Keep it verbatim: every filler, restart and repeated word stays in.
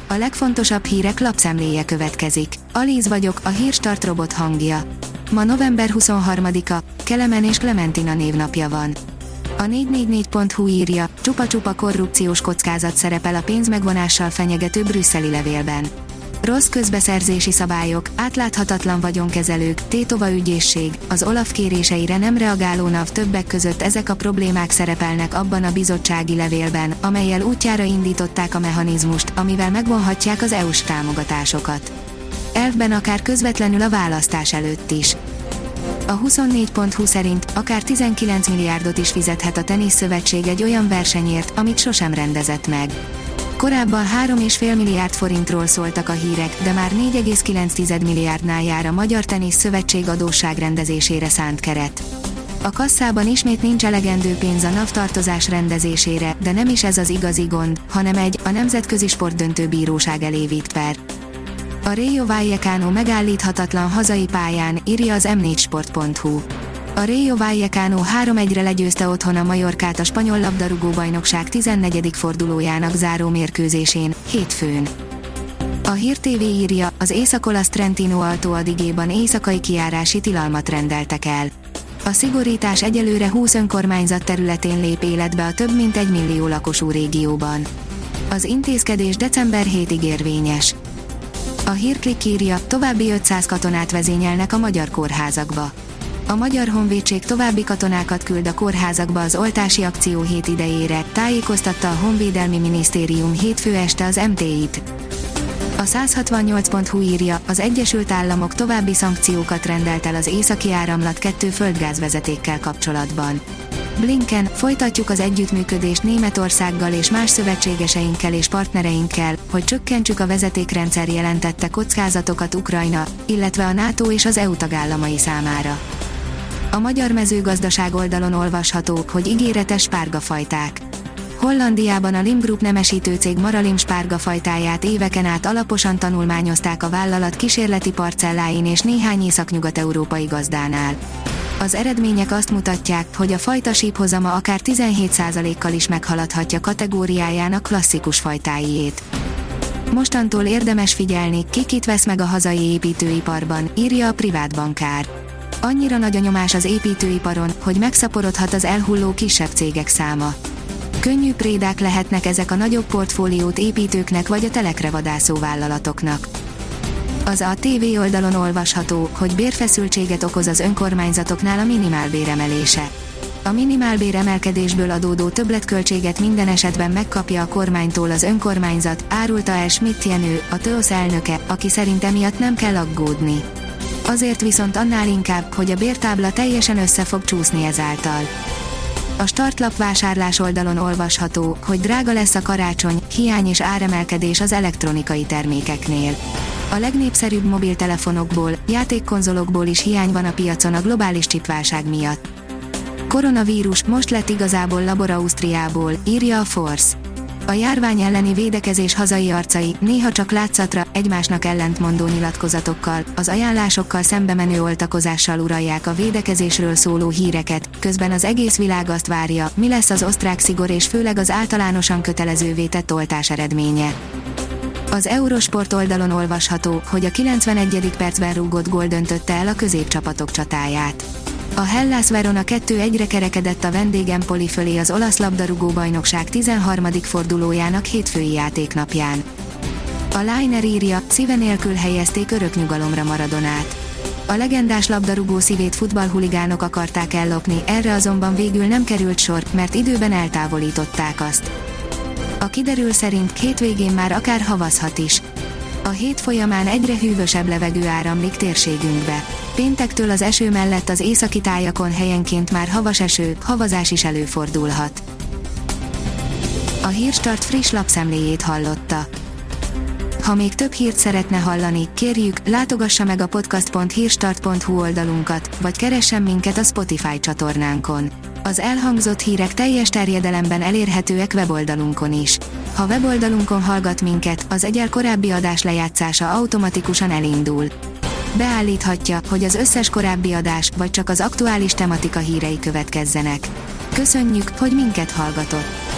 A legfontosabb hírek lapszemléje következik. Alíz vagyok, a Hírstart robot hangja. Ma november huszonharmadika, Kelemen és Klementina névnapja van. A négy négy négy pont hu írja, csupa-csupa korrupciós kockázat szerepel a pénzmegvonással fenyegető brüsszeli levélben. Rossz közbeszerzési szabályok, átláthatatlan vagyonkezelők, Tétova ügyészség, az Olaf kéréseire nem reagáló NAV, többek között ezek a problémák szerepelnek abban a bizottsági levélben, amellyel útjára indították a mechanizmust, amivel megvonhatják az é u-s támogatásokat. Elvben akár közvetlenül a választás előtt is. A huszonnégy pont hu szerint akár tizenkilenc milliárdot is fizethet a teniszszövetség egy olyan versenyért, amit sosem rendezett meg. Korábban három egész öt milliárd forintról szóltak a hírek, de már négy egész kilenc milliárdnál jár a Magyar Tenisz Szövetség adósságrendezésére szánt keret. A kasszában ismét nincs elegendő pénz a NAV tartozás rendezésére, de nem is ez az igazi gond, hanem egy, a Nemzetközi Sportdöntőbíróság elé vitt per. A Rayo Vallecano megállíthatatlan hazai pályán, írja az em négy sport pont hu. A Rayo Vallecano három egyre legyőzte otthon a Mallorcát a spanyol labdarúgó-bajnokság tizennegyedik fordulójának záró mérkőzésén, hétfőn. A Hír té vé írja, az észak-olasz Trentino Alto Adigéban éjszakai kijárási tilalmat rendeltek el. A szigorítás egyelőre húsz önkormányzat területén lép életbe a több mint egy millió lakosú régióban. Az intézkedés december hetedikéig érvényes. A Hírklik írja, további ötszáz katonát vezényelnek a magyar kórházakba. A Magyar Honvédség további katonákat küld a kórházakba az oltási akció hét idejére, tájékoztatta a Honvédelmi Minisztérium hétfő este az em té i-t. A száz hatvannyolc pont hu írja, az Egyesült Államok további szankciókat rendelt el az Északi Áramlat kettő földgázvezetékkel kapcsolatban. Blinken, folytatjuk az együttműködést Németországgal és más szövetségeseinkkel és partnereinkkel, hogy csökkentsük a vezetékrendszer jelentette kockázatokat Ukrajna, illetve a NATO és az é u tagállamai számára. A magyar mezőgazdaság oldalon olvasható, hogy ígéretes spárgafajták. Hollandiában a Lim Group nemesítő cég Maralim spárgafajtáját éveken át alaposan tanulmányozták a vállalat kísérleti parcelláin és néhány északnyugat-európai gazdánál. Az eredmények azt mutatják, hogy a fajta síphozama akár tizenhét százalékkal is meghaladhatja kategóriájának klasszikus fajtáiét. Mostantól érdemes figyelni, ki kit vesz meg a hazai építőiparban, írja a Privát Bankár. Annyira nagy a nyomás az építőiparon, hogy megszaporodhat az elhulló kisebb cégek száma. Könnyű prédák lehetnek ezek a nagyobb portfóliót építőknek vagy a telekre vadászó vállalatoknak. Az á té vé oldalon olvasható, hogy bérfeszültséget okoz az önkormányzatoknál a minimálbér emelése. A minimálbér emelkedésből adódó többletköltséget minden esetben megkapja a kormánytól az önkormányzat, árulta el Schmidt Jenő, a té o es elnöke, aki szerint emiatt nem kell aggódni. Azért viszont annál inkább, hogy a bértábla teljesen össze fog csúszni ezáltal. A startlap vásárlás oldalon olvasható, hogy drága lesz a karácsony, hiány és áremelkedés az elektronikai termékeknél. A legnépszerűbb mobiltelefonokból, játékkonzolokból is hiány van a piacon a globális csipválság miatt. Koronavírus most lett igazából labor Ausztriából, írja a Force. A járvány elleni védekezés hazai arcai, néha csak látszatra, egymásnak ellentmondó nyilatkozatokkal, az ajánlásokkal szembe menő oltakozással uralják a védekezésről szóló híreket, közben az egész világ azt várja, mi lesz az osztrák szigor és főleg az általánosan kötelezővé tett oltás eredménye. Az Eurosport oldalon olvasható, hogy a kilencvenegyedik percben rúgott gól döntötte el a középcsapatok csatáját. A Hellas Verona kettő egyre kerekedett a vendég Empoli fölé az olasz labdarúgó-bajnokság tizenharmadik fordulójának hétfői játéknapján. A Liner írja, szíve nélkül helyezték örök nyugalomra Maradonát. A legendás labdarúgó szívét futballhuligánok akarták ellopni, erre azonban végül nem került sor, mert időben eltávolították azt. A kiderül szerint hétvégén már akár havazhat is. A hét folyamán egyre hűvösebb levegő áramlik térségünkbe. Péntektől az eső mellett az északi tájakon helyenként már havas eső, havazás is előfordulhat. A Hírstart friss lapszemléjét hallotta. Ha még több hírt szeretne hallani, kérjük, látogassa meg a podcast pont hírstart pont hu oldalunkat, vagy keressen minket a Spotify csatornánkon. Az elhangzott hírek teljes terjedelemben elérhetőek weboldalunkon is. Ha weboldalunkon hallgat minket, az egyel korábbi adás lejátszása automatikusan elindul. Beállíthatja, hogy az összes korábbi adás, vagy csak az aktuális tematika hírei következzenek. Köszönjük, hogy minket hallgatott!